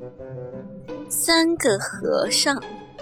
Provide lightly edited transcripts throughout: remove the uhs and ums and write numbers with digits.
3个和尚。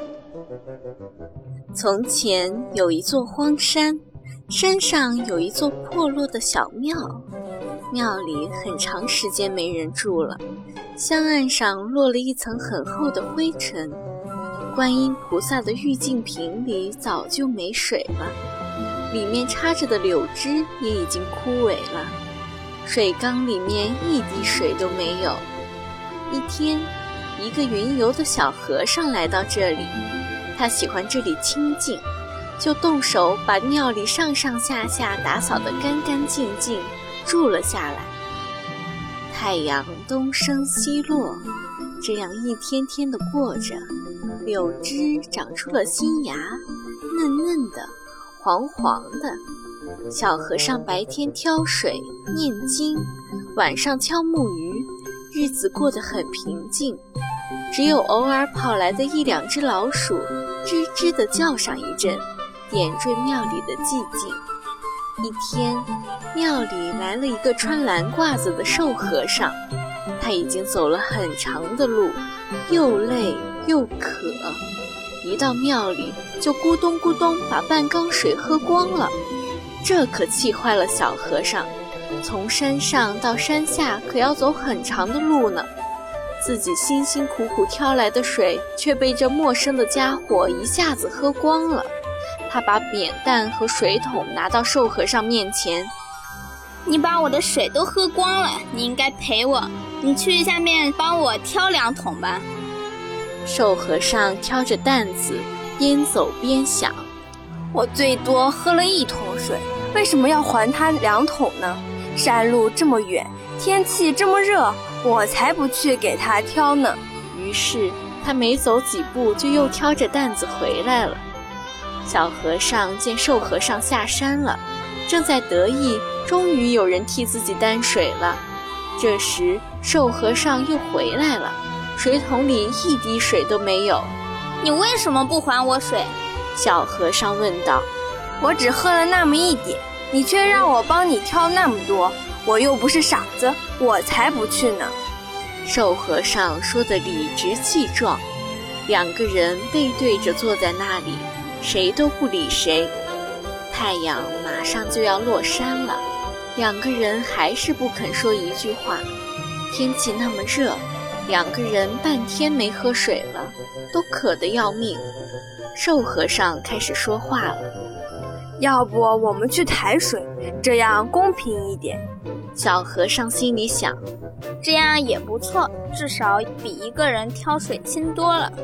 从前有一座荒山，山上有一座破落的小庙，庙里很长时间没人住了，香案上落了一层很厚的灰尘，观音菩萨的玉净瓶里早就没水了，里面插着的柳枝也已经枯萎了，水缸里面一滴水都没有。一天，一个云游的小和尚来到这里，他喜欢这里清静，就动手把庙里上上下下打扫得干干净净，住了下来。太阳东升西落，这样一天天的过着，柳枝长出了新芽，嫩嫩的，黄黄的。小和尚白天挑水念经，晚上敲木鱼，日子过得很平静，只有偶尔跑来的1、2只老鼠吱吱地叫上一阵，点缀庙里的寂静。一天，庙里来了一个穿蓝褂子的瘦和尚，他已经走了很长的路，又累又渴，一到庙里就咕咚咕咚把半缸水喝光了。这可气坏了小和尚，从山上到山下可要走很长的路呢，自己辛辛苦苦挑来的水却被这陌生的家伙一下子喝光了。他把扁担和水桶拿到瘦和尚面前， 你把我的水都喝光了，你应该赔我，你去下面帮我挑2桶吧。 瘦和尚挑着担子边走边想， 我最多喝了1桶水，为什么要还他2桶呢？山路这么远，天气这么热，我才不去给他挑呢。 于是他没走几步就又挑着担子回来了。小和尚见瘦和尚下山了，正在得意，终于有人替自己担水了。这时瘦和尚又回来了，水桶里一滴水都没有。 你为什么不还我水？ 小和尚问道。 我只喝了那么一点，你却让我帮你挑那么多，我又不是傻子，我才不去呢。 瘦和尚说得理直气壮。2个人背对着坐在那里，谁都不理谁。太阳马上就要落山了，2个人还是不肯说一句话。天气那么热，2个人半天没喝水了，都渴得要命。瘦和尚开始说话了， 要不我们去抬水，这样公平一点。 小和尚心里想， 这样也不错，至少比1个人挑水轻多了。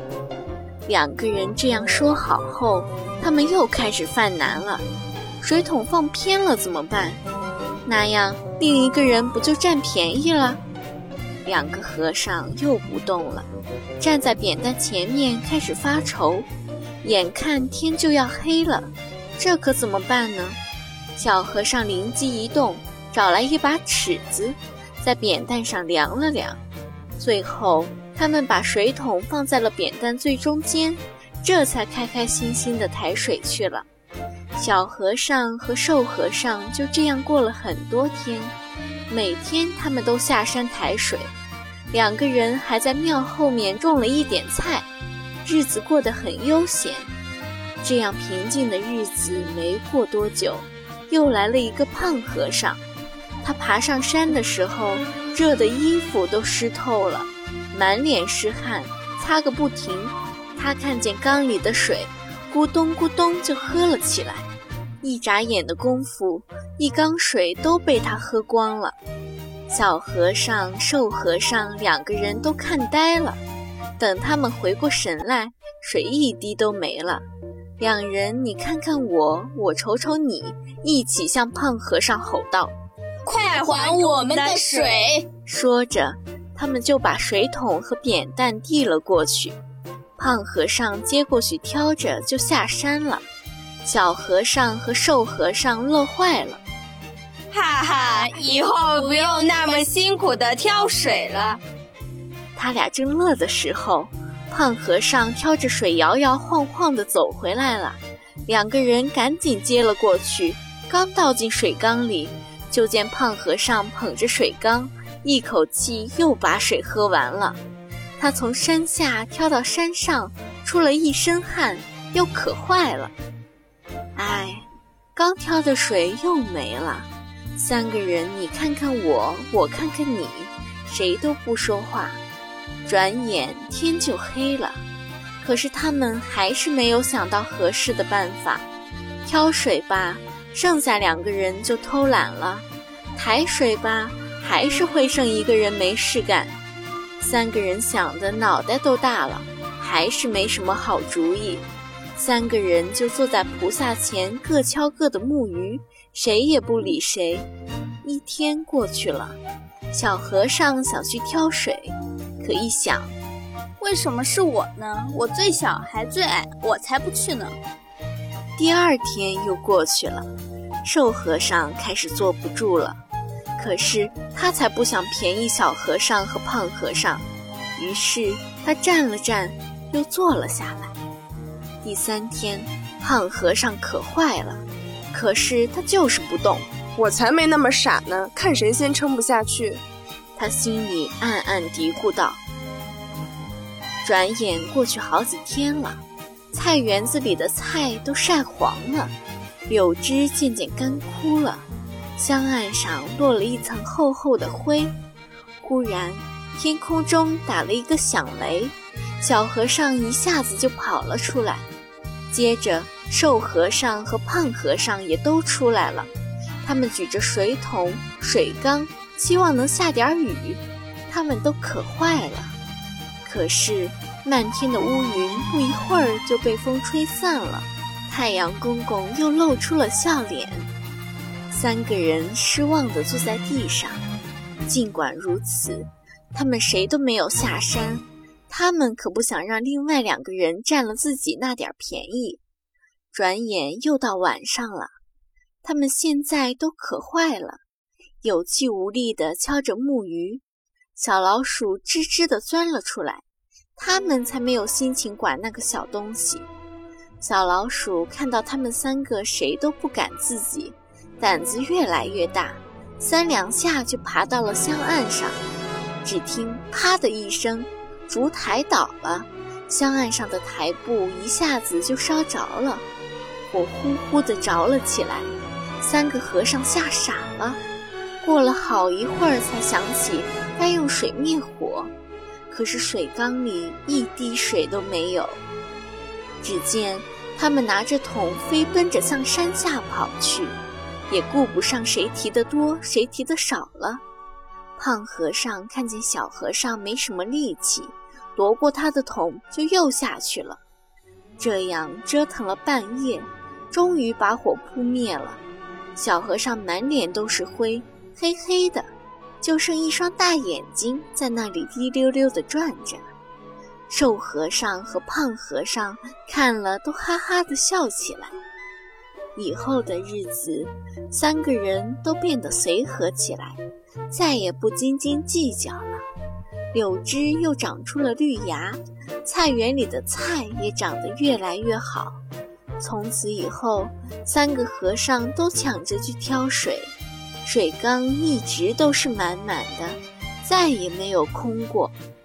2个人这样说好后，他们又开始犯难了。水桶放偏了怎么办？那样另1个人不就占便宜了？2个和尚又不动了，站在扁担前面开始发愁。眼看天就要黑了，这可怎么办呢？小和尚灵机一动，找来一把尺子，在扁担上量了量，最后他们把水桶放在了扁担最中间，这才开开心心地抬水去了。小和尚和瘦和尚就这样过了很多天，每天他们都下山抬水，2个人还在庙后面种了一点菜，日子过得很悠闲。这样平静的日子没过多久，又来了一个胖和尚。他爬上山的时候，热的衣服都湿透了，满脸是汗，擦个不停。他看见缸里的水，咕咚咕咚就喝了起来。一眨眼的功夫，1缸水都被他喝光了。小和尚、瘦和尚2个人都看呆了。等他们回过神来，水一滴都没了。2人你看看我，我瞅瞅你，一起向胖和尚吼道： 快还我们的水！ 说着，他们就把水桶和扁担递了过去。胖和尚接过去挑着就下山了。小和尚和瘦和尚乐坏了， 哈哈，以后不用那么辛苦地挑水了。 他俩正乐的时候，胖和尚挑着水摇摇晃晃地走回来了。2个人赶紧接了过去，刚倒进水缸里，就见胖和尚捧着水缸，一口气又把水喝完了。 他从山下跳到山上，出了一身汗，又渴坏了。哎，刚挑的水又没了。三个人你看看我，我看看你，谁都不说话。转眼天就黑了，可是他们还是没有想到合适的办法。挑水吧，剩下2个人就偷懒了；抬水吧，还是会剩1个人没事干。3个人想的脑袋都大了，还是没什么好主意。3个人就坐在菩萨前，各敲各的木鱼，谁也不理谁。1天过去了，小和尚想去挑水，可一想， 为什么是我呢？我最小还最矮，我才不去呢。 第2天又过去了，瘦和尚开始坐不住了，可是他才不想便宜小和尚和胖和尚，于是他站了站，又坐了下来。第3天，胖和尚渴坏了，可是他就是不动。 我才没那么傻呢，看谁先撑不下去。 他心里暗暗嘀咕道。转眼过去好几天了，菜园子里的菜都晒黄了，柳枝渐渐干枯了，香案上落了一层厚厚的灰。忽然天空中打了一个响雷，小和尚一下子就跑了出来，接着瘦和尚和胖和尚也都出来了。他们举着水桶、水缸，希望能下点雨。他们都渴坏了，可是漫天的乌云不一会儿就被风吹散了，太阳公公又露出了笑脸。3个人失望地坐在地上。尽管如此，他们谁都没有下山，他们可不想让另外2个人占了自己那点便宜。转眼又到晚上了，他们现在都渴坏了，有气无力地敲着木鱼。小老鼠吱吱地钻了出来，他们才没有心情管那个小东西。小老鼠看到他们3个谁都不赶自己，胆子越来越大，3两下就爬到了香案上。只听啪的一声，烛台倒了，香案上的台布一下子就烧着了，火呼呼地着了起来。3个和尚吓傻了，过了好一会儿才想起该用水灭火，可是水缸里一滴水都没有。只见他们拿着桶飞奔着向山下跑去，也顾不上谁提得多谁提得少了。胖和尚看见小和尚没什么力气，夺过他的桶就又下去了。这样折腾了半夜，终于把火扑灭了。小和尚满脸都是灰，黑黑的，就剩一双大眼睛在那里滴溜溜地转着。瘦和尚和胖和尚看了都哈哈地笑起来。以后的日子，3个人都变得随和起来，再也不斤斤计较了。柳枝又长出了绿芽，菜园里的菜也长得越来越好。从此以后，3个和尚都抢着去挑水，水缸一直都是满满的，再也没有空过。